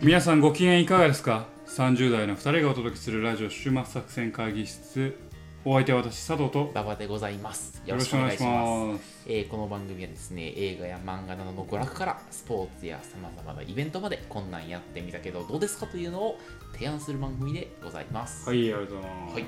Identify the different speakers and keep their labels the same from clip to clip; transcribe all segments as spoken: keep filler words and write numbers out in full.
Speaker 1: 皆さんご機嫌いかがですか？さんじゅう代のふたりがお届けするラジオ週末作戦会議室。お相手は私佐藤と
Speaker 2: 馬場でございます。
Speaker 1: よろしくお願いします。
Speaker 2: えー、この番組はですね、映画や漫画などの娯楽からスポーツやさまざまなイベントまでこんなんやってみたけどどうですかというのを提案する番組でございます。
Speaker 1: はい、ありがとうございます。はい。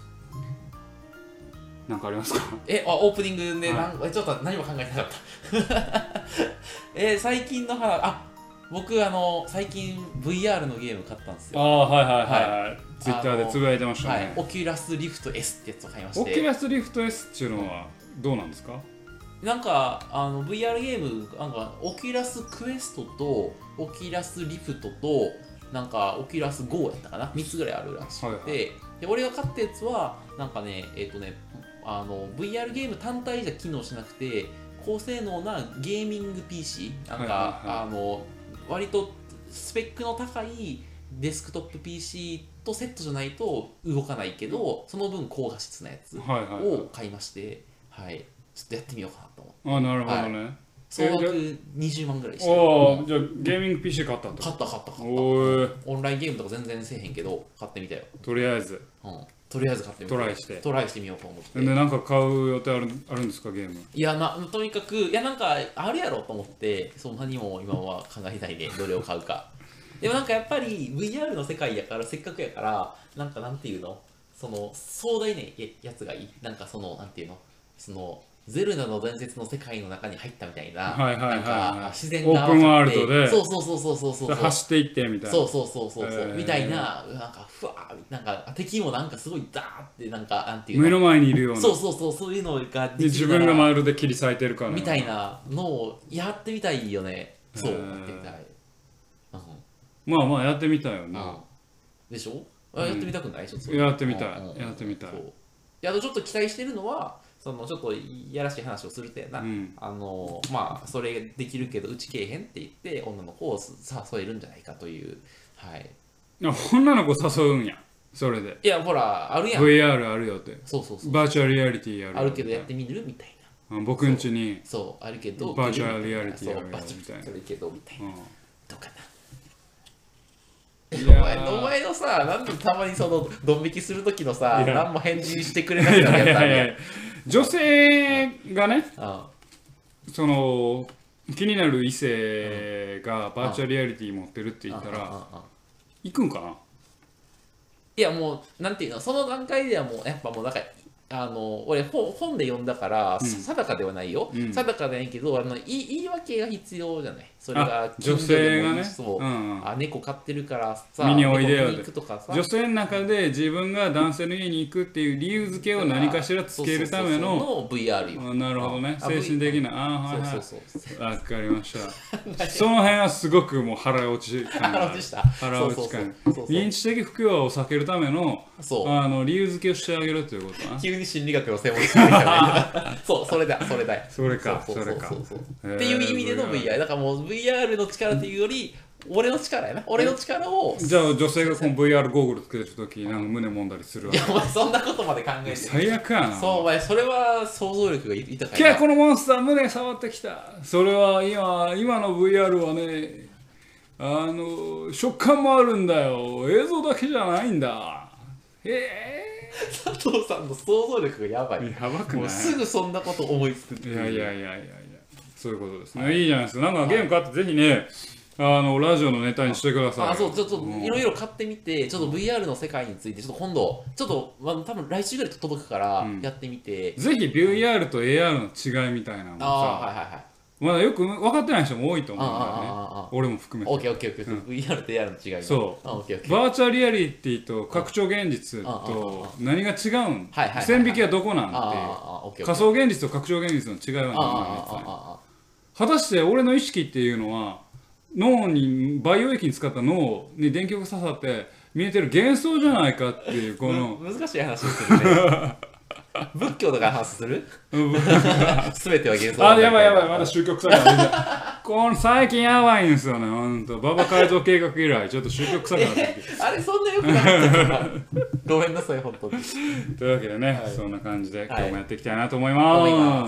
Speaker 1: なんかありますか？
Speaker 2: え、あ、オープニングで、
Speaker 1: はい、
Speaker 2: ちょっと何も考えてなかったえー、最近の話、あ、僕あの最近 ブイアール のゲーム買ったんですよ。
Speaker 1: ああ、はいはいはい、はい、ツイッターでつぶやいてましたね。はい、
Speaker 2: オキュラスリフト S ってやつを買いまして。
Speaker 1: オキュラスリフト S っていうのはどうなんですか？
Speaker 2: なんかあの ブイアール ゲームなんかオキュラスクエストとオキュラスリフトとなんかオキュラス ゴー やったかな、みっつぐらいあるらしくて、はいはい、で俺が買ったやつはなんかねえっ、ー、とねあの ブイアール ゲーム単体じゃ機能しなくて高性能なゲーミング ピーシー なんか、はいはいはい、あの割とスペックの高いデスクトップ ピーシー とセットじゃないと動かないけど、その分高画質なやつを買いまして、はいはいはい、ちょっとやってみようかなと思って。
Speaker 1: あ、なるほどね。はい、
Speaker 2: 総額にじゅうまんぐらいして。
Speaker 1: ああ、じゃあゲーミング ピーシー 買ったと。
Speaker 2: 買った買った買った。
Speaker 1: お
Speaker 2: オンラインゲームとか全然せえへんけど買ってみたよ。
Speaker 1: とりあえず。
Speaker 2: うん。とりあえず買ってみた。
Speaker 1: トライして。
Speaker 2: トライしてみようと思って。
Speaker 1: で、なんか買う予定あるあるんですか、ゲーム？
Speaker 2: いやな、とにかく、いやなんかあるやろと思って、そんなにも今は考えないで、どれを買うか。でもなんかやっぱり ブイアール の世界やからせっかくやからなんかなんていうのその壮大なやつがいい。なんかそのなんていうのそのゼルダの伝説の世界の中に入ったみたいな、
Speaker 1: はいはいはいはい、
Speaker 2: なんか自然
Speaker 1: がオープンワールドで
Speaker 2: そうそうそうそうそうそう
Speaker 1: 走っていってみたいな
Speaker 2: そうそうそうそうそう、えー、みたいななんかふわーなんか敵もなんかすごいダーってなんかなんていうの
Speaker 1: 目の前にいるような
Speaker 2: そうそうそうそういうのができる
Speaker 1: 自分がまるで切り裂いてるから
Speaker 2: みたいなのをやってみたいよね。そう、えー、やってみたい。
Speaker 1: まあまあやってみたいよね。
Speaker 2: でしょ？あ、やってみたくない？ちょっと
Speaker 1: やってみたい。やってみたい。
Speaker 2: で、あとちょっと期待してるのは、そのちょっといやらしい話をするとやな、うん、あのまあそれできるけどうちけえへんって言って女の子を誘えるんじゃないかという、はい。
Speaker 1: 女の子誘うんや。それで。
Speaker 2: いやほらあるやん。
Speaker 1: ブイアール あるよって。
Speaker 2: そうそうそう。
Speaker 1: バーチャルリアリティある。
Speaker 2: あるけどやってみるみたいな。
Speaker 1: 僕ん家に。
Speaker 2: そうあるけど。
Speaker 1: バーチャルリアリティあるみたいな。
Speaker 2: それけどみたいな。どうかな。
Speaker 1: お
Speaker 2: 前お前のさ、なんでたまにそのドン引きする時のさ、何も返事してくれなくなるやつあるやん。
Speaker 1: 女性がね、その気になる異性がバーチャルリアリティ持ってるって言ったら行くんかな。
Speaker 2: いやもうなんていうの、その段階ではもうやっぱもうなんかあの俺本で読んだから、うん、定かではないよ、うん、定かでないけどあの言い訳が必要じゃない。それが
Speaker 1: 女性がね、
Speaker 2: そう、うんうん、あ猫飼ってるからさ
Speaker 1: 見においでよ
Speaker 2: 行くとかさ、
Speaker 1: 女性の中で自分が男性の家に行くっていう理由付けを何かしらつけるための
Speaker 2: ブイアール よ。
Speaker 1: なるほどね、精神的な、ああはいはい、
Speaker 2: そうそうそう
Speaker 1: わかりましたその辺はすごくもう腹落ち感が
Speaker 2: 腹落ちした
Speaker 1: 腹落ち感認知的不協和を避けるためのあの理由付けをしてあげるということな。
Speaker 2: 急に心理学の専門家がそうそれだそれだ
Speaker 1: それか
Speaker 2: そ
Speaker 1: れか
Speaker 2: っていう意味での ブイアール だからもう ブイアール の力というより俺の力やな。俺の力を
Speaker 1: じゃあ女性がこの ブイアール ゴーグルつけてるときなんか胸揉んだりするわけ。
Speaker 2: いやお前そんなことまで考えて
Speaker 1: 最悪やな。
Speaker 2: そうお前それは想像力が豊か
Speaker 1: やな。このモンスター胸触ってきた。それは今今の ブイアール はねあの食感もあるんだよ。映像だけじゃないんだ。へえ
Speaker 2: 佐藤さんの想像力がやばい。
Speaker 1: やばくない？
Speaker 2: もうすぐそんなこと思いつくっていう。
Speaker 1: いやいやいやいやいやそういうことですね、はい、いいじゃないですか。なんかゲーム買ってぜひねあのラジオのネタにしてください。
Speaker 2: ああそうちょっといろいろ買ってみてちょっと ブイアール の世界についてちょっと今度ちょっと、まあ、多分来週ぐらい届くからやってみて、
Speaker 1: うん、ぜひ ブイアール と エーアール の違いみたいなのもさ、
Speaker 2: はいはいはい、
Speaker 1: まだよく分かってない人も多いと思うんだよね。俺も含めて。
Speaker 2: オッケーオッケーオッケー。ブイアール と エーアール の違い。
Speaker 1: そう。バーチャルリアリティと拡張現実と何が違うん？線引きはどこなんっていう。仮想現実と拡張現実の違いは何なん？果たして俺の意識っていうのは脳に培養液に使った脳に電極が刺さって見えてる幻想じゃないかっていうこの
Speaker 2: 難しい話をするね。仏教とか話する全ては幻想。
Speaker 1: あ、やばいやばい、まだ宗教臭いからこの最近やばいんですよね、ほんと。馬場改造計画以来、ちょっと宗教臭くなってきて。
Speaker 2: あれ、そんなよくなかったごめんなさい、ほんとに。
Speaker 1: というわけでね、はい、そんな感じで今日もやっていきたいなと思います。はい、思います。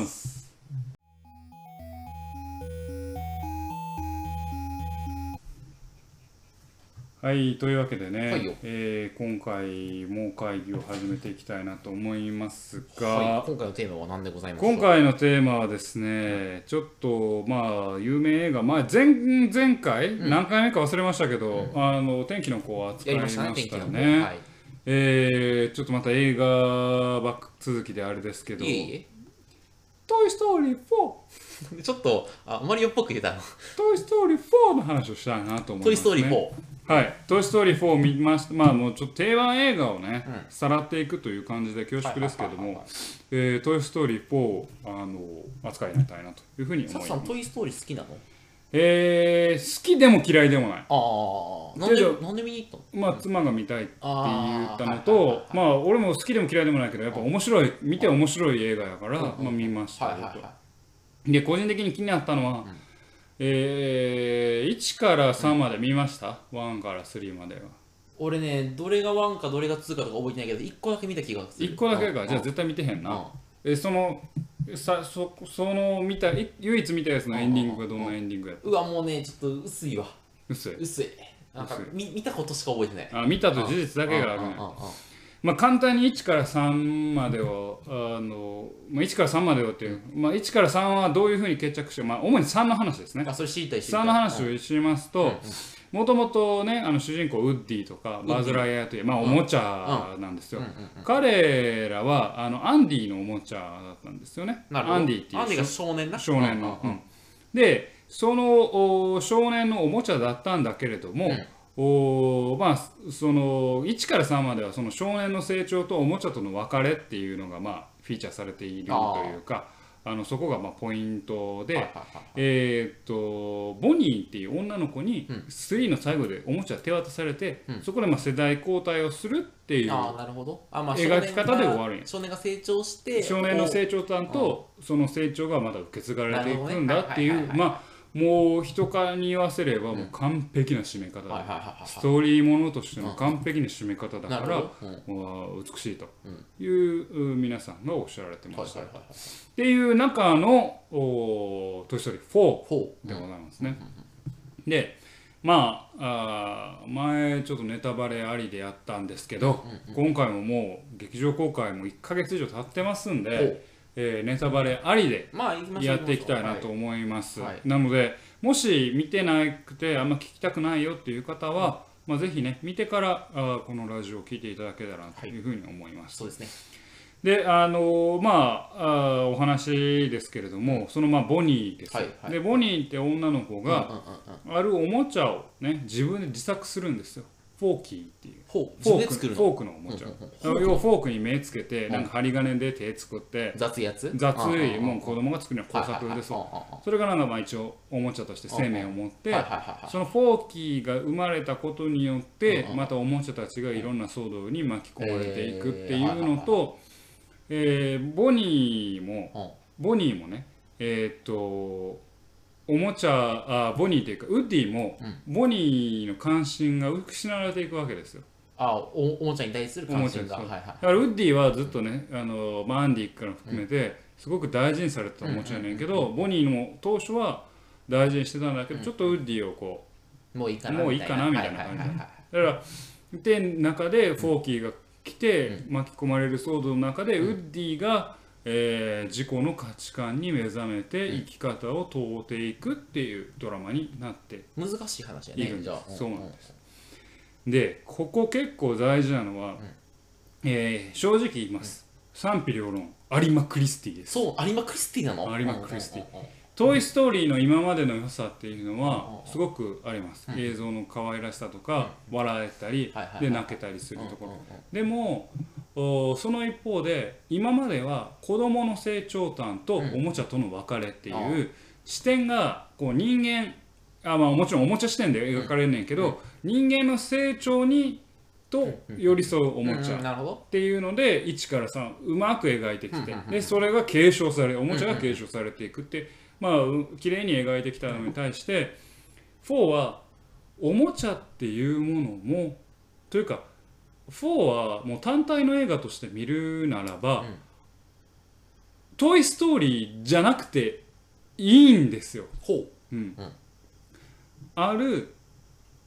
Speaker 1: はい、というわけでね、
Speaker 2: はいよ
Speaker 1: えー今回も会議を始めていきたいなと思いますが、
Speaker 2: はい、今回のテーマは何でございますか？
Speaker 1: 今回のテーマはですね、ちょっとまあ有名映画、まあ、前前回、
Speaker 2: うん
Speaker 1: 何回目か忘れましたけど、あの天気の子を扱いましたね。
Speaker 2: やりましたね、天気の子。
Speaker 1: ね
Speaker 2: はい。
Speaker 1: えーちょっとまた映画ばっ続きであれですけど、
Speaker 2: いえいえ。
Speaker 1: トイ・ストーリーフォー、
Speaker 2: ちょっと、あ、マリオっぽく言ったの。
Speaker 1: トイ・ストーリーフォーの話をしたいなと思います、ね。
Speaker 2: トイ・ストーリーフォー。
Speaker 1: はい、トイ・ストーリーフォーを見ました。まあもうちょっと定番映画をね、
Speaker 2: うん
Speaker 1: さらっていくという感じで恐縮ですけども、えートイ・ストーリーフォーをあの扱いになりたいなというふうに思います。
Speaker 2: サツさん、トイ・ストーリー好きなの？
Speaker 1: えー、好きでも嫌いでもない。
Speaker 2: ああ、なんで、なんで見に行った
Speaker 1: まあ妻が見たいって言ったの
Speaker 2: あーはいはいはい
Speaker 1: と
Speaker 2: は、い
Speaker 1: まあ俺も好きでも嫌いでもないけど、やっぱ面白い、見て面白い映画やから、
Speaker 2: うんうんうん
Speaker 1: まあ見ましたよ
Speaker 2: はいはいは
Speaker 1: と。で、個人的に気になったのは、えー、いちからさんまで見ました、いちからさんまでは。
Speaker 2: 俺ね、どれがワンかどれがツーかとか覚えてないけど、いっこだけ見た気がする。
Speaker 1: いっこだけか、
Speaker 2: うん
Speaker 1: じゃあ絶対見てへん
Speaker 2: うん
Speaker 1: な。えそのさそその見たい唯一見たやつのエンディングがどんなエンディングやった
Speaker 2: うわ、もうね、ちょっと薄いわ。
Speaker 1: 薄い。
Speaker 2: 薄い。なんか
Speaker 1: 薄い
Speaker 2: 見見たことしか覚えてない。
Speaker 1: あ見たという事実だけがあるね
Speaker 2: うんうんうんうん。
Speaker 1: まあ簡単にいちからさんまでをあの、まあ、いちからさんまでをっていう、まあ、いちからさんはどういうふうに決着して、まあ、主にさんの話ですね。
Speaker 2: あ、それ知りたい知りたい。
Speaker 1: さんの話をしますと、もともとねあの主人公ウッディとかバズ・ライヤーという、まあ、おもちゃなんですよ。彼らはあのアンディのおもちゃだったんですよね。
Speaker 2: なるほど。
Speaker 1: アンディっていう
Speaker 2: アンディが少年な。
Speaker 1: 少年の。
Speaker 2: うん
Speaker 1: うんでそのお少年のおもちゃだったんだけれども、おまあそのいちからさんまではその少年の成長とおもちゃとの別れっていうのがまあフィーチャーされているというか、あのそこがまあポイントで、えっとボニーっていう女の子にスリーの最後でおもちゃ手渡されて、そこでまあ世代交代をするっていう描き方で終わるんや。
Speaker 2: 少年が成長して
Speaker 1: 少年の成長端とその成長がまだ受け継がれていくんだっていうまあもう人からに言わせればもう完璧な締め方だ、ストーリーものとしての完璧な締め方だから、うん、美しいという皆さんがおっしゃられてました、っていう中の「トイ・ストーリーフォー」でございますね。でまあ、あ前ちょっとネタバレありでやったんですけど、今回ももう劇場公開もいっかげつ以上経ってますんで、えー、ネタバレありでやっていきたいなと思います。なのでもし見てなくてあんま聞きたくないよっていう方は、まあ、ぜひね見てからあこのラジオを聞いていただけたらというふうに思います。
Speaker 2: そうですね。
Speaker 1: であのまああお話ですけれども、そのまあボニーです、はいはい、でボニーって女の子があるおもちゃをね自分で自作するんですよ。フォーキーっていう
Speaker 2: フォーク、
Speaker 1: フォークのおもちゃ、うんうん、要はフォークに目つけてなんか針金で手作って
Speaker 2: 雑いやつ
Speaker 1: 雑いもう子供が作るのは工作ですよ。それがなんかまあ一応おもちゃとして生命を持ってそのフォーキーが生まれたことによってまたおもちゃたちがいろんな騒動に巻き込まれていくっていうのと、えー、ボニーもボニーもねえー、っとおもちゃあボニーというかウッディも、うん、ボニーの関心が失われていくわけですよ。
Speaker 2: あお、おもちゃに対する関心が、はいはい、
Speaker 1: だからウッディはずっとねあのアンディから含めてすごく大事にされてたおもちゃやねんけど、ボニーも当初は大事にしてたんだけど、うん、ちょっとウッディをこ
Speaker 2: うもういいかな
Speaker 1: もういいかなみたいな感じ、だからで中でフォーキーが来て巻き込まれる騒動の中で、うん、ウッディがえー、自己の価値観に目覚めて生き方を問うていくっていうドラマになって
Speaker 2: 難しい話やね。じゃあ
Speaker 1: そうなんです。でここ結構大事なのは、うんえー、正直言います、うん、賛否両論有馬クリスティです。
Speaker 2: そう有馬クリスティなの？
Speaker 1: 有馬クリスティ、トイ・ストーリーの今までの良さっていうのはすごくあります、うん、映像の可愛らしさとか、うん、笑えたり、で泣けたりするところ、でもその一方で今までは子どもの成長端とおもちゃとの別れっていう視点がこう人間あ、まあ、もちろんおもちゃ視点で描かれんねんけど、人間の成長にと寄り添うおもちゃっていうのでいちからさんうまく描いてきて、でそれが継承されおもちゃが継承されていくってまあ綺麗に描いてきたのに対してフォーはおもちゃっていうものもというかフォーはもう単体の映画として見るならば、うん、トイ・ストーリーじゃなくていいんですよ。
Speaker 2: ほう、
Speaker 1: うんうん、ある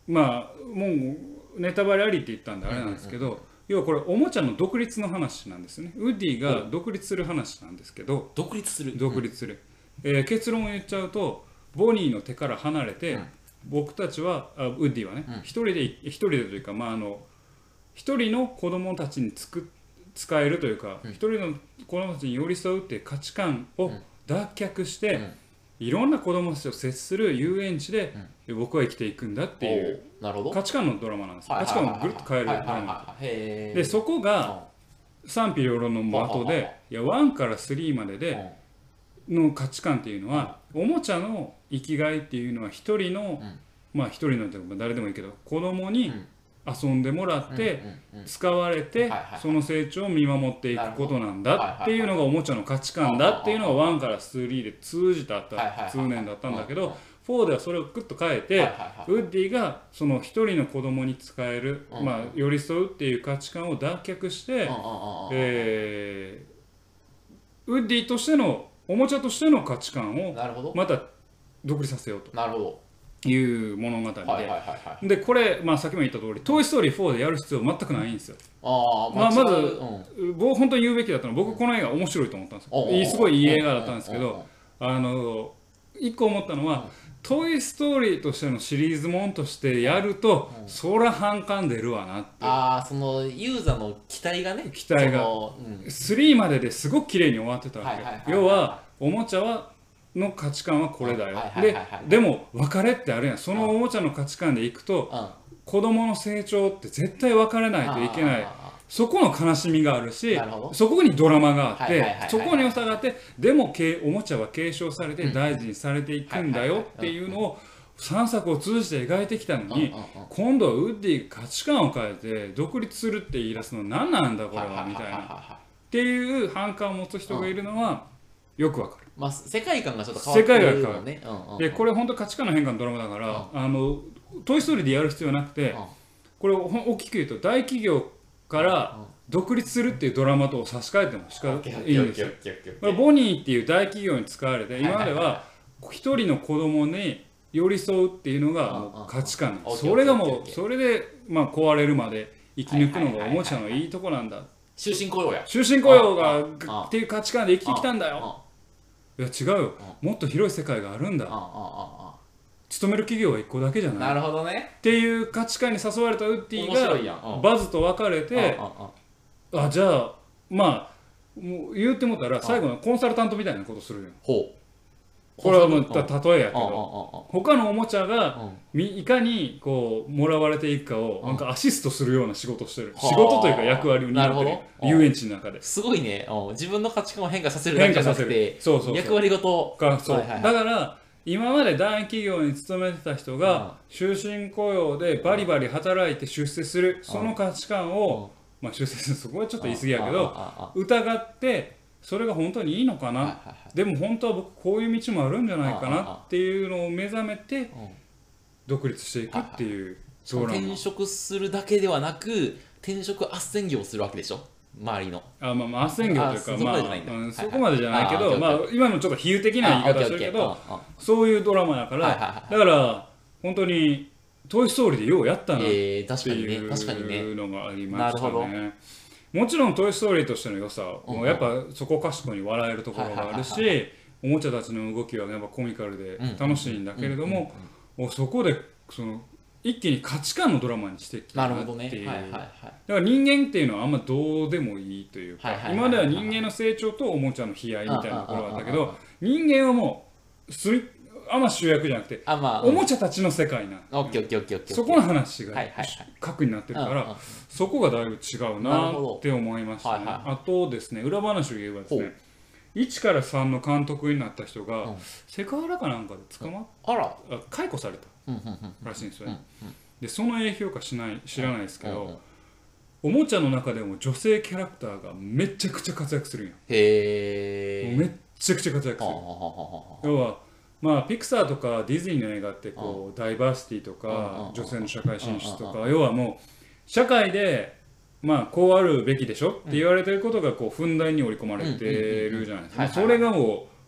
Speaker 1: まあもうネタバレありって言ったんであれなんですけど、要はこれおもちゃの独立の話なんですね。ウッディが独立する話なんですけど、
Speaker 2: 独立する
Speaker 1: 独立する、うん、えー、結論を言っちゃうと、ボニーの手から離れて、うん、僕たちはあウッディはね、うん、一人で一人でというか、まああの一人の子供たちにつく使えるというか、一、うん、人の子供たちに寄り添うっていう価値観を脱却して、うん、いろんな子供たちと接する遊園地で、うん、僕は生きていくんだっていう価値観のドラマなんです。価値観をぐるっと変えるドラマで、そこが賛否両論の後で、いやワンからスリーまででの価値観っていうのは、おもちゃの生きがいっていうのは一人の、まあ一人の誰でもいいけど子供に遊んでもらって使われてその成長を見守っていくことなんだっていうのがおもちゃの価値観だっていうのがワンからスリーで通じた通念だったんだけど、フォーではそれをグッと変えて、ウッディがその一人の子供に使える、まあ寄り添うっていう価値観を脱却して、えー、ウッディとしてのおもちゃとしての価値観をまた独立させようと。
Speaker 2: なるほど。
Speaker 1: いう物語で、でこれ、まあ、さっきも言った通り「トイ・ストーリーフォー」でやる必要全くないんですよ。あ、まあ、まず、うん、僕本当に言うべきだったのは、僕この映画面白いと思ったんですよ。すごいいい映画だったんですけど、あの一個思ったのは「トイ・ストーリー」としてのシリーズもんとしてやると、うん、そら反感出るわなって。
Speaker 2: ああ、そのユーザーの期待がね、
Speaker 1: 期待が、うん、スリーまでですごく綺麗に終わってたわけ。要はおもちゃはの価値観はこれだよ。で、でも別れってあるやん。そのおもちゃの価値観でいくと、子供の成長って絶対別れないといけない。そこの悲しみがあるし、そこにドラマがあって、そこに良さがあって、でもおもちゃは継承されて大事にされていくんだよっていうのをさんさくを通じて描いてきたのに、今度はウッディが価値観を変えて独立するって言い出すの何なんだこれはみたいなっていう反感を持つ人がいるのはよくわかる。
Speaker 2: まあ、世界観がちょっと変わってるよね。
Speaker 1: でこれ本当価値観の変化のドラマだから、あのトイ・ストーリーでやる必要なくて、これを大きく言うと大企業から独立するっていうドラマと差し替えてもしかいいんですよ。ボニーっていう大企業に使われて、今までは一人の子供に寄り添うっていうのがもう価値観なんです。それがもうそれでまあ壊れるまで生き抜くのがおもちゃのいいとこなんだ。
Speaker 2: 終身雇用や。
Speaker 1: 終身雇用がっていう価値観で生きてきたんだよ。いや違うよ、もっと広い世界があるんだ。勤める企業はいっこだけじゃない。
Speaker 2: なるほどね。
Speaker 1: っていう価値観に誘われたウッディがバズと別れて、あじゃあまあもう言うてもたら最後のコンサルタントみたいなことするよ。ほう。これはもう例えやけど、他のおもちゃがいかにこうもらわれていくかをなんかアシストするような仕事をしてる。仕事というか役割を担ってる。遊園地の中で。
Speaker 2: すごいね。自分の価値観を変化させるだけじゃなくて、役割ごと。
Speaker 1: だから今まで大企業に勤めてた人が終身雇用でバリバリ働いて出世する、その価値観をまあ出世する、そこはちょっと言い過ぎやけど疑って。それが本当にいいのかな、でも本当は僕こういう道もあるんじゃないかなっていうのを目覚めて独立していくっていう。
Speaker 2: 転職するだけではなく転職斡旋業をするわけでしょ、周りの。
Speaker 1: あまあまあ斡旋業というか、まあそこまでじゃないけど、まあ今のちょっと比喩的な言い方するけど、そういうドラマやから、だから本当に「トイ・ストーリー」でようやったなっていうのがありましたね。もちろん「トイ・ストーリー」としての良さもやっぱそこかしこに笑えるところがあるし、おもちゃたちの動きはやっぱコミカルで楽しいんだけれども、そこでその一気に価値観のドラマにしてきたっていう。だから人間っていうのはあんまどうでもいいというか、今までは人間の成長とおもちゃの悲哀みたいなところがあったけど、人間はもうあんま主役じゃなくておもちゃたちの世界なそこの話が核になってるから、そこがだいぶ違うなって思いましたね。あとですね、裏話を言えばですね、いちからさんの監督になった人がセクハラかなんかで捕まって解雇されたらしいんですよね。でその影響かしない知らないですけど、おもちゃの中でも女性キャラクターがめちゃくちゃ活躍するんや。へえ。めっちゃくちゃ活躍する。要はまあピクサーとかディズニーの映画ってこうダイバーシティとか女性の社会進出とか、要はもう社会でまあこうあるべきでしょって言われてることがこうふんだんに織り込まれてるじゃないですか。それがも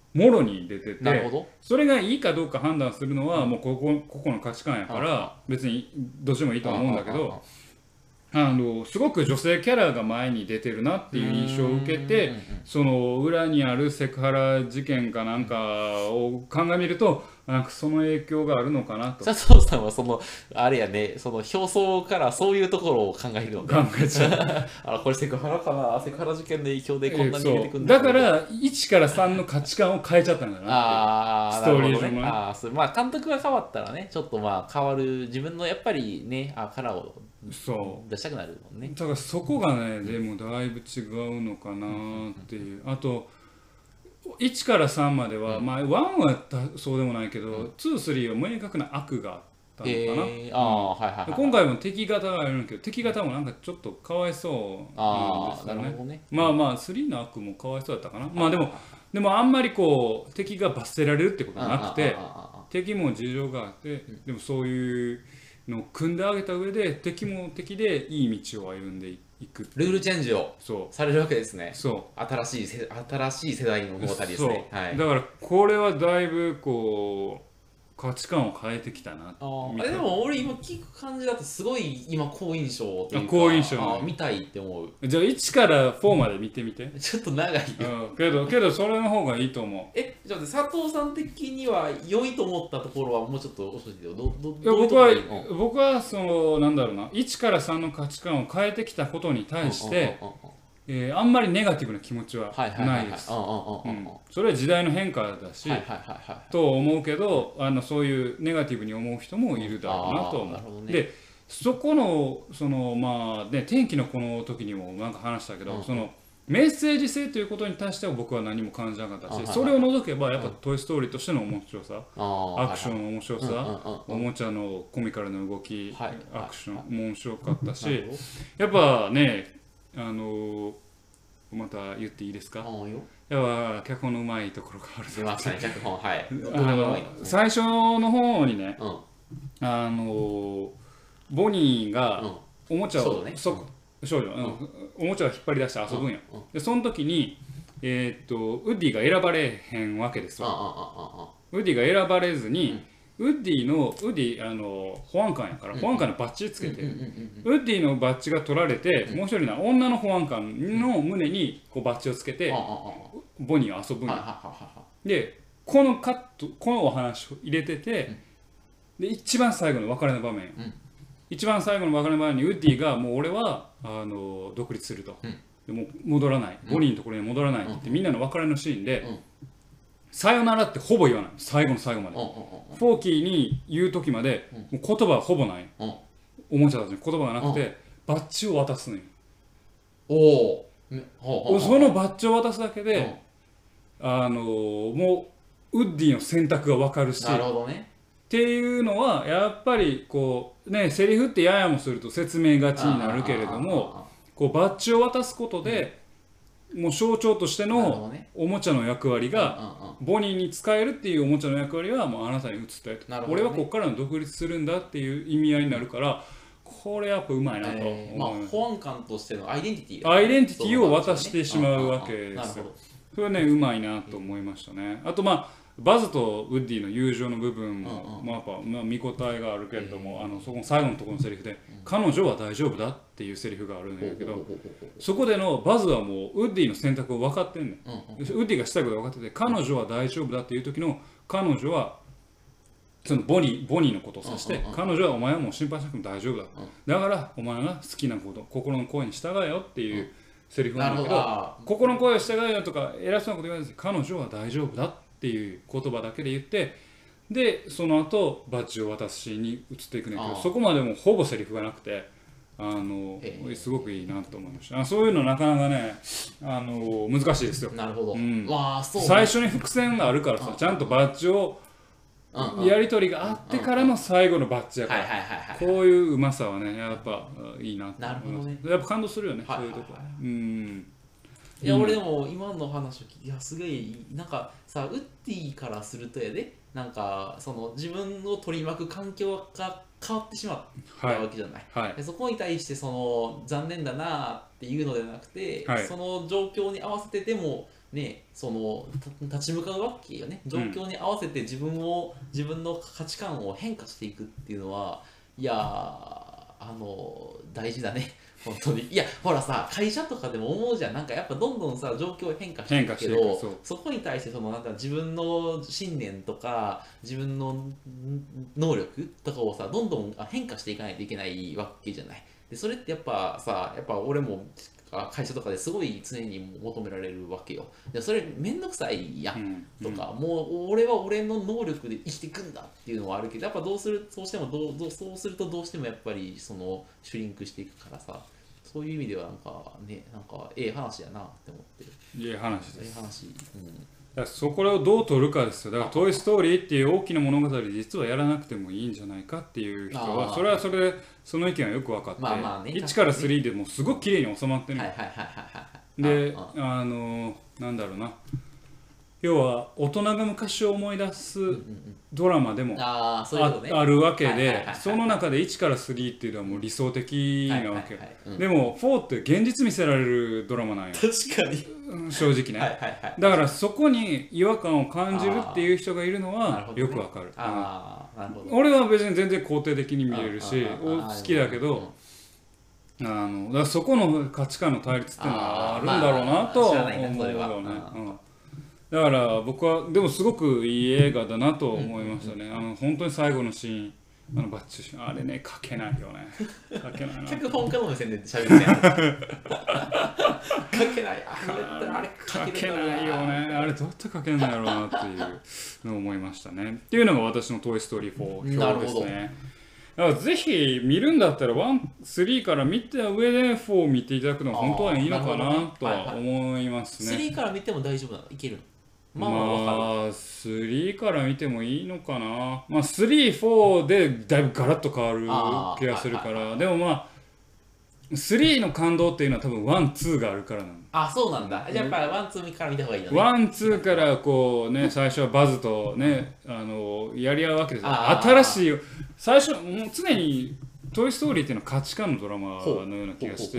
Speaker 1: もろに出てて、
Speaker 2: なるほど。
Speaker 1: それがいいかどうか判断するのはもうここ個々の価値観やから別にどっちでもいいと思うんだけど、あのすごく女性キャラが前に出てるなっていう印象を受けて、その裏にあるセクハラ事件かなんかを鑑みるとなんかその影響があるのかなと。
Speaker 2: 佐藤さんはそのあれやね、その表層からそういうところを考えるので、
Speaker 1: 考えちゃう
Speaker 2: あ、これセクハラかな、セクハラ事件の影響でこんなに出てくるん
Speaker 1: だからいちからさんの価値観を変えちゃったんだなって
Speaker 2: あ
Speaker 1: ストーリー上
Speaker 2: ね、あそまあ監督が変わったらね、ちょっとまあ変わる、自分のやっぱりね、あカラーを出したくなるもんね。
Speaker 1: だからそこがね、でもだいぶ違うのかなっていう。あといちからさんまでは、うん、まあいちはそうでもないけど、うん、に、さんは明確な悪があったのかな、
Speaker 2: えーあはいはいはい、
Speaker 1: 今回も敵方がいるんだけど、敵方もなんかちょっとかわいそうなんですよね。
Speaker 2: なるほどね。
Speaker 1: まあまあさんの悪もかわいそうだったかな。まあでもでもあんまりこう敵が罰せられるってことはなくて、敵も事情があって、でもそういうのを組んであげた上で敵も敵でいい道を歩んでいく、
Speaker 2: ルールチェンジをされるわけですね。
Speaker 1: そう
Speaker 2: 新しいせ新しい世代の物語ですね。はい、
Speaker 1: だからこれはだいぶこう価値観を変えてきたな。
Speaker 2: あでも俺今聞く感じだとすごい今好印象っていうか、
Speaker 1: 好印象
Speaker 2: あ見たいって思う。
Speaker 1: じゃあいちからよんまで見てみて。
Speaker 2: ちょっと長いよ、
Speaker 1: うん、けどけどそれの方がいいと思う。
Speaker 2: えじゃあ佐藤さん的には良いと思ったところはもうちょっと教えてよ。どど
Speaker 1: いや僕は、うん、僕はそのなんだろうな、いちからさんの価値観を変えてきたことに対してえー、あんまりネガティブな気持ちはないです。それは時代の変化だしと思うけど、あのそういうネガティブに思う人もいるだろうなと思う。ね、でそこのそのまあね、天気のこの時にもなんか話したけど、うん、そのメッセージ性ということに対しては僕は何も感じなかったし、それを除けばやっぱ「トイ・ストーリー」としての面白さ、アクションの面白さ、おもちゃのコミカルな動き、アクションも面白かったし、やっぱね、あのまた言っていいですか？やっぱ脚本のうまいところがある。
Speaker 2: 出ましたね、脚本。はい。
Speaker 1: あの最初の方にね、あのボニーがおもちゃを少女おもちゃを引っ張り出して遊ぶんよ。でその時にえっとウッディが選ばれへんわけですよ。ウッディが選ばれずに。ウッディのウッディあの保安官やから保安官のバッジつけて、ウッディのバッジが取られて、もう一人の女の保安官の胸にこうバッジをつけてボニーを遊ぶんや。でこのカットこのお話を入れてて、で一番最後の別れの場面、一番最後の別れの場面にウッディがもう俺はあの独立すると、でも戻らない、ボニーのところに戻らないって言って、みんなの別れのシーンでさよならってほぼ言わない、最後の最後まで。フォーキーに言う時までもう言葉はほぼない、おもちゃたちに言葉がなくてバッジを渡すのよ。おおそのバッジを渡すだけであのもうウッディの選択が分かるし、
Speaker 2: なるほどね、
Speaker 1: っていうのはやっぱりこうね、セリフってややもすると説明がちになるけれども、こうバッジを渡すことでもう象徴としてのおもちゃの役割がボニーに使えるっていうおもちゃの役割はもうあなたに移ったよと、ね、俺はここからの独立するんだっていう意味合いになるから、これやっぱうまいなと思います、
Speaker 2: えーまあ、保安官としてのアイデンティティ、
Speaker 1: アイデンティティを渡してしまうわけですよ。それはねうまいなと思いましたね。あとまあバズとウッディの友情の部分も、まあ、やっぱ、まあ、見応えがあるけれども、あのそこの最後のところのセリフで「彼女は大丈夫だ」っていうセリフがあるんだけど、そこでのバズはもうウッディの選択を分かってんねん。ウッディがしたいことが分かってて、彼女は大丈夫だっていう時の彼女はそのボニー、ボニーのことを指して、彼女はお前はもう心配しなくても大丈夫だ、だからお前が好きなこと心の声に従えよっていうセリフなんだけど、心の声を従えよとか偉そうなこと言わないです。彼女は大丈夫だっていう言葉だけで言って、でその後バッジを渡すシーンに移っていくねんけど、そこまでもほぼセリフがなくて、あのすごくいいなと思いました。そういうのなかなかね、あの難しいですよ。
Speaker 2: なるほど、うん、
Speaker 1: わそう、ね、最初に伏線があるからさ、ちゃんとバッジをやり取りがあってからの最後のバッジやから、こういううまさはねやっぱいいなと思います。ね、やっぱ感動するよね、そういうとこ。うん。
Speaker 2: いや俺でも今の話を聞いて、いやすげえなんかさ、ウッディからするとやで、なんかその自分を取り巻く環境が変わってしまったわけじゃない、はいはい、でそこに対してその残念だなっていうのではなくて、はい、その状況に合わせてでもね、その立ち向かうわけよね。状況に合わせて自分を、うん、自分の価値観を変化していくっていうのは、いやあの大事だね本当に。いやほらさ、会社とかでも思うじゃん、なんかやっぱどんどんさ状況変化していくけど、そ, そこに対してそのなんか自分の信念とか自分の能力とかをさどんどん変化していかないといけないわけじゃない。でそれってやっぱさ、やっぱ俺も会社とかですごい常に求められるわけよ。でそれめんどくさいやんとか、うん、もう俺は俺の能力で生きていくんだっていうのはあるけど、やっぱどうするそうしてもどうどうそうするとどうしてもやっぱりそのシュリンクしていくからさ、そういう意味ではなんかね、なんかええ話やなって思ってる。
Speaker 1: ええ話です。
Speaker 2: ええ話。うん。
Speaker 1: だからそこをどう取るかですよ。だから「トイ・ストーリー」っていう大きな物語実はやらなくてもいいんじゃないかっていう人は、それはそれでその意見はよく分かって、まあまあね、いちからスリーでもすごく綺麗に収まってる。で、あのなんだろうな、要は大人が昔を思い出すドラマでもあるわけで、その中でいちからスリーっていうのはもう理想的なわけ。でもフォーって現実見せられるドラマなんや。
Speaker 2: 確かに
Speaker 1: 正直ね。だからそこに違和感を感じるっていう人がいるのはよくわかる。俺は別に全然肯定的に見れるし好きだけど、あのだからそこの価値観の対立っていうのはあるんだろうなと思うよね。だから僕はでもすごくいい映画だなと思いましたね。あの本当に最後のシーン、あのバッチシーン、あれね書けないよね。書けないな。
Speaker 2: 脚本家の目線で喋るね。書けない。あれ
Speaker 1: 書けないよね。あれどうやって書けないんだろうなっていうのを思いましたね。っていうのが私のトイ・ストーリーフォー表ですね。だからぜひ見るんだったらワン、スリーから見た上でフォーを見ていただくのが本当はいいのかなとは思いますね。
Speaker 2: スリーから見ても大丈夫なの？いけるの？
Speaker 1: まあ、まあ、スリーから見てもいいのかな。まあ、スリー、フォーでだいぶガラッと変わる気がするから。でもまあ、スリーの感動っていうのは多分ワン、ツーがあるからなの。
Speaker 2: あ、そうなんだ。じゃあやっぱりワン、ツーから見た方がいいのね。
Speaker 1: ワン、ツーからこうね、最初はバズとね、あの、やり合うわけですよ。新しい、最初、もう常にトイ・ストーリーっていうのは価値観のドラマのような気がして、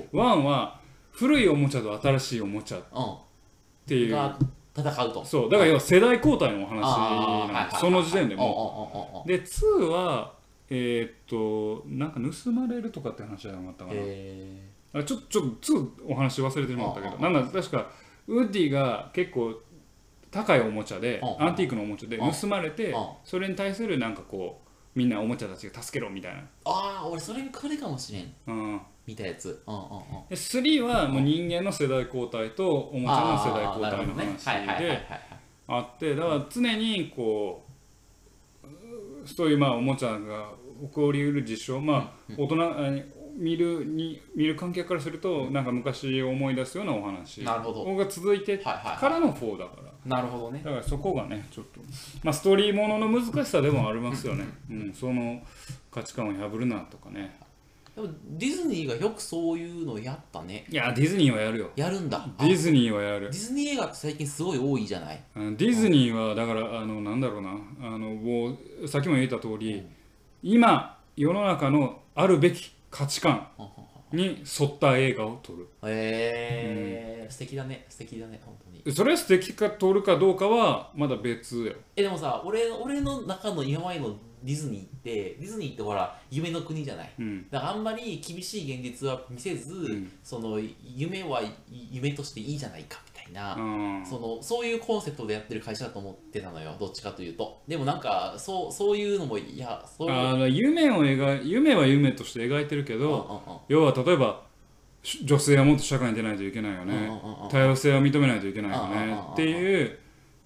Speaker 1: ワンは古いおもちゃと新しいおもちゃっていう。
Speaker 2: 戦うと。
Speaker 1: そうだから要は世代交代のお話なんです、その時点でも。でツーはえー、っとなんか盗まれるとかって話じゃなかったかな。ちょっとちょっとツーお話忘れてしまったけど、なんだ確かウッディが結構高いおもちゃでアンティークのおもちゃで盗まれて、それに対するなんかこうみんなおもちゃたちが助けろみたいな。
Speaker 2: ああ、俺それこれかもしれん。うん見たやつ。うんうんうん、
Speaker 1: でスリーはもう人間の世代交代とおもちゃの世代交代の話であって、だから常にこうそういうまあおもちゃが起こりうる事象、まあ大人見るに見る観客からするとなんか昔を思い出すようなお話が続いてからのフォーだから。
Speaker 2: なるほどね。
Speaker 1: だからそこがねちょっとまあストーリーものの難しさでもありますよね。うん、その価値観を破るなとかね。
Speaker 2: でもディズニーがよくそういうのやったね。
Speaker 1: いやディズニーはやるよ。
Speaker 2: やるんだ。
Speaker 1: ディズニーはやる。
Speaker 2: ディズニー映画って最近すごい多いじゃない。
Speaker 1: ディズニーはだからあのなんだろうな、あのもうさっきも言った通り、うん、今世の中のあるべき価値観に沿った映画を撮る。
Speaker 2: へえー、うん、素敵だね素敵だね本当に。
Speaker 1: それは素敵か撮るかどうかはまだ別よ。
Speaker 2: えでもさ、俺俺の中の今までのディズニーってディズニーってほら夢の国じゃない、うん、だからあんまり厳しい現実は見せず、うん、その夢は夢としていいじゃないかみたいな、うん、そのそういうコンセプトでやってる会社だと思ってたのよ、どっちかというと。でもなんかそうそういうのもいやそういう
Speaker 1: あ夢を描い夢は夢として描いてるけど、うんうんうん、要は例えば女性はもっと社会に出ないといけないよね、うんうんうん、多様性は認めないといけないよねっていう、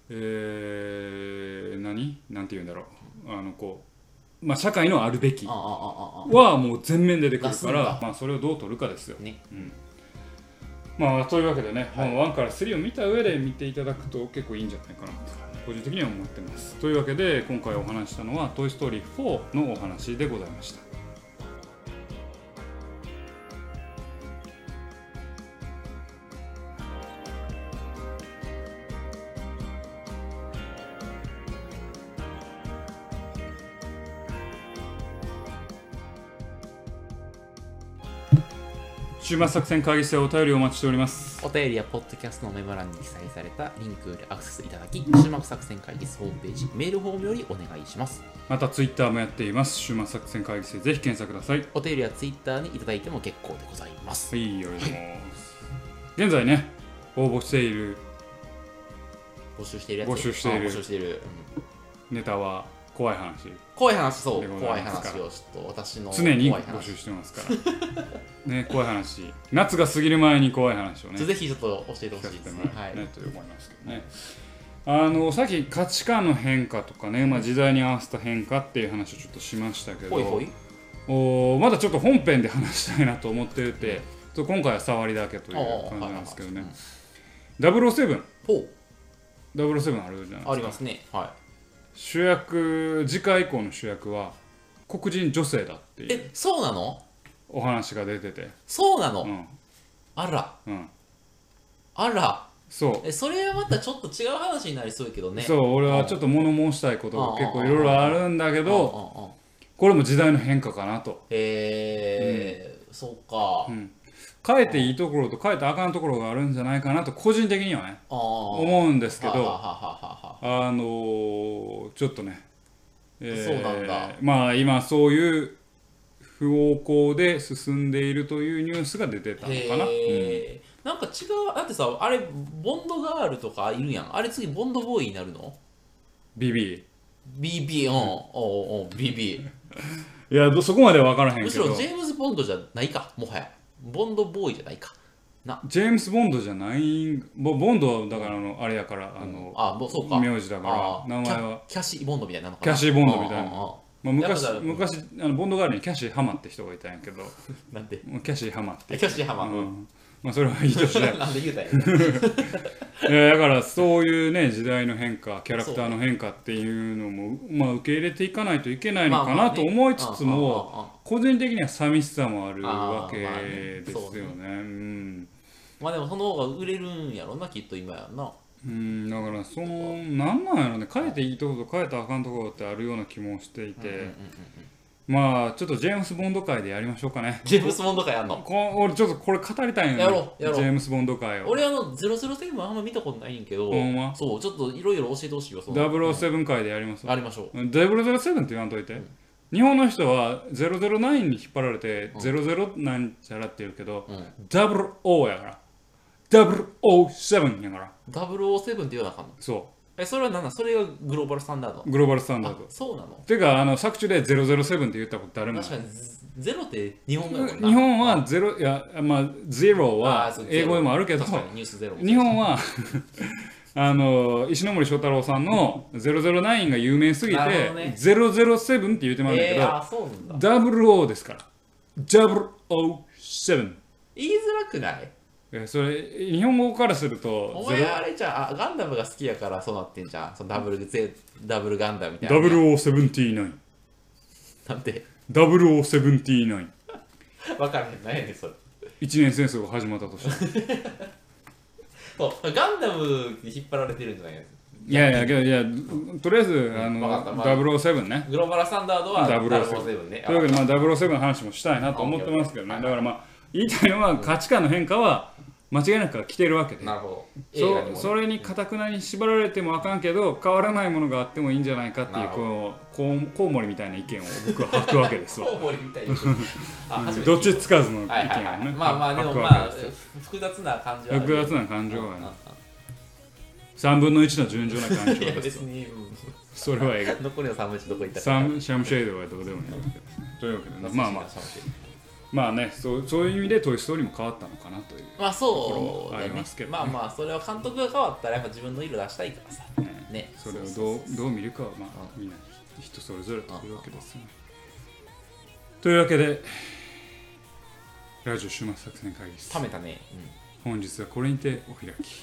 Speaker 1: えー、何なんて言うんだろう、あのこうまあ、社会のあるべきはもう全面で出てくるから、まあ、それをどう取るかですよ、ねうん、まあというわけでね、はい、ワンからスリーを見た上で見ていただくと結構いいんじゃないかなと個人的には思ってます。というわけで今回お話したのはトイ・ストーリーフォーのお話でございました。 週末作戦会議室でお便りをお待ちしております。
Speaker 2: お便りやポッドキャストのメモ欄に記載されたリンクよりアクセスいただき、週末作戦会議室ホームページ、メールフォームよりお願いします。
Speaker 1: またツイッターもやっています。週末作戦会議室でぜひ検索ください。
Speaker 2: お便りはツイッターにいただいても結構でございます。
Speaker 1: はい、よろしくお願いします。現在ね、応募している
Speaker 2: 募集しているやつ
Speaker 1: 募集している
Speaker 2: 募集している、
Speaker 1: うん、ネタは怖い話
Speaker 2: 怖い話そう怖い話をちょっと私の
Speaker 1: 常に募集してますからね、怖い話夏が過ぎる前に怖い話をね
Speaker 2: ぜひちょっと教えてほしいですね、
Speaker 1: はい、ねと思いますけどね。あのさっき価値観の変化とかね、まあ、時代に合わせた変化っていう話をちょっとしましたけど、ほいほいおまだちょっと本編で話したいなと思ってて、うん、今回は触りだけという感じなんですけどね。ダブルオーセブンダブルオーセブンあるじゃないですか。
Speaker 2: ありますね。はい。
Speaker 1: 主役次回以降の主役は黒人女性だっていう
Speaker 2: えそうなの
Speaker 1: お話が出てて。
Speaker 2: そうなの、
Speaker 1: うん、
Speaker 2: あら、
Speaker 1: うん、
Speaker 2: あら
Speaker 1: そう
Speaker 2: えそれはまたちょっと違う話になりそうやけどね。
Speaker 1: そう俺はちょっと物申したいことが結構いろいろあるんだけど、これも時代の変化かなと。
Speaker 2: へえ、うん、そうか、
Speaker 1: うん、変えていいところと変えてあかんところがあるんじゃないかなと個人的にはね思うんですけど、あのー、ちょっとね、
Speaker 2: えー、そうなんだ。
Speaker 1: まあ今そういう不横行で進んでいるというニュースが出てたのかな。うん、
Speaker 2: なんか違うだってさ、あれボンドガールとかいるやん。あれ次ボンドボーイになるの
Speaker 1: ビービー
Speaker 2: ビービー うんおうおう ビービー
Speaker 1: いやそこまでは分からへんけど、
Speaker 2: むしろジェームズ・ボンドじゃないか、もはやボンドボーイじゃないかな。
Speaker 1: ジェームス・ボンドじゃないボボンドはだからあのあれやからあの、
Speaker 2: うん、あもうそうか
Speaker 1: 名字だから名前は
Speaker 2: キャシー・ボンドみたいなのか
Speaker 1: な。キャシー・ボンドみたいな。まあ、昔昔あのボンドガールにキャシー・ハマって人がいたんやけど
Speaker 2: なんで
Speaker 1: キャシー・ハマって
Speaker 2: キャシー・ハマ、
Speaker 1: うん、まあそれはいいとして
Speaker 2: なんで言うたんや
Speaker 1: いやだからそういうね時代の変化キャラクターの変化っていうのもまあ受け入れていかないといけないのかなと思いつつも個人的には寂しさもあるわけですよね。うん、
Speaker 2: まあでもその方が売れるんやろなきっと今やな。
Speaker 1: うんだからそのなんなんやろね、変えていいところと変えたらあかんところってあるような気もしていて、まあちょっとジェームス・ボンド会でやりましょうかね。
Speaker 2: ジェームス・ボンド会やんの？
Speaker 1: こ俺ちょっとこれ語りたいん
Speaker 2: やろやろ
Speaker 1: ジェームス・ボンド会を。
Speaker 2: 俺あのゼロゼロセブンあんま見たことないんけど、ほんまそうちょっといろいろ教えてほしいよ。
Speaker 1: ダブルオーセブン会でやります。
Speaker 2: やりましょう。
Speaker 1: ダブルオーセブンって言わんといて、うん、日本の人はゼロゼロナインに引っ張られて、うん、ゼロゼロなんちゃらって言うけど、うん、ダブルオー やからダブルオーセブンやから。
Speaker 2: ダブルオーセブンって言わなあかんの？
Speaker 1: そう
Speaker 2: えそれは何だそれがグローバルスタンダード？
Speaker 1: グローバルスタンダード。
Speaker 2: そうなの？
Speaker 1: てかあの作中でゼロゼロセブンって言ったこと誰もない。
Speaker 2: 確かにゼロって日本語やもん
Speaker 1: な。日本はゼロいやまあゼロは英語でもあるけど、
Speaker 2: 確かにニュースゼロ
Speaker 1: 日本はあの石ノ森章太郎さんのゼロゼロナインが有名すぎて、ね、ゼロゼロセブンって言ってまうんだけど、えー、あそうなんだ。ダブルオーですから。ダブルオーセブン。
Speaker 2: 言いづらくない？
Speaker 1: それ日本語からすると
Speaker 2: お前あれじゃん、ガンダムが好きやからそうなってんじゃん。そのダブルゼダブルガンダムみたいな。
Speaker 1: ダブルオーセブンティーナイン。
Speaker 2: なんで？
Speaker 1: ダブルオーセブンティーナイン。
Speaker 2: 分からへん何やねんそれ。
Speaker 1: 一年戦争が始まったとして。
Speaker 2: そうガンダムに引っ張られてるんじゃないですか。
Speaker 1: いやいやけどいやとりあえずあの、まあ、ダブルオーセブンね。
Speaker 2: グローバルスタンダードはダブルオーセブンね。
Speaker 1: というわけでまあダブルオーセブンの話もしたいなと思ってますけどね。だからまあ言いたいのは価値観の変化は間違いなく来てるわけで、
Speaker 2: なるほ
Speaker 1: ど そ, それに堅くなに縛られてもあかんけど変わらないものがあってもいいんじゃないかっていうこうコウモリみたいな意見を僕は吐くわけですわ。
Speaker 2: コウモリみたいな
Speaker 1: どっちつかずの意見をね、
Speaker 2: はいはいはい、まあまあでもまあ複雑な感情は
Speaker 1: 複雑な感情はねさんぶんのいちの順調な感情はです
Speaker 2: ね。
Speaker 1: それはええが
Speaker 2: 残りのさんぶんのいちどこ行ったか
Speaker 1: シャムシェードはどうでもいいというわけで、ね、まあまあまあね、そう、そういう意味でトイ・ストーリーも変わったのかなという
Speaker 2: まあそうありますけど、ね、まあまあそれは監督が変わったらやっぱ自分の色出したいからさ、
Speaker 1: ねね、それをどうどう見るかはまあ、うん、みんな人それぞれというわけですね。というわけでラジオ週末作戦会議室
Speaker 2: ためたね、
Speaker 1: うん、本日はこれにてお開き。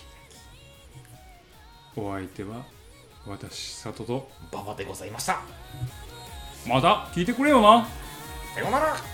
Speaker 1: お相手は私佐藤と
Speaker 2: 馬場でございました。
Speaker 1: また聞いてくれよな。
Speaker 2: さようなら。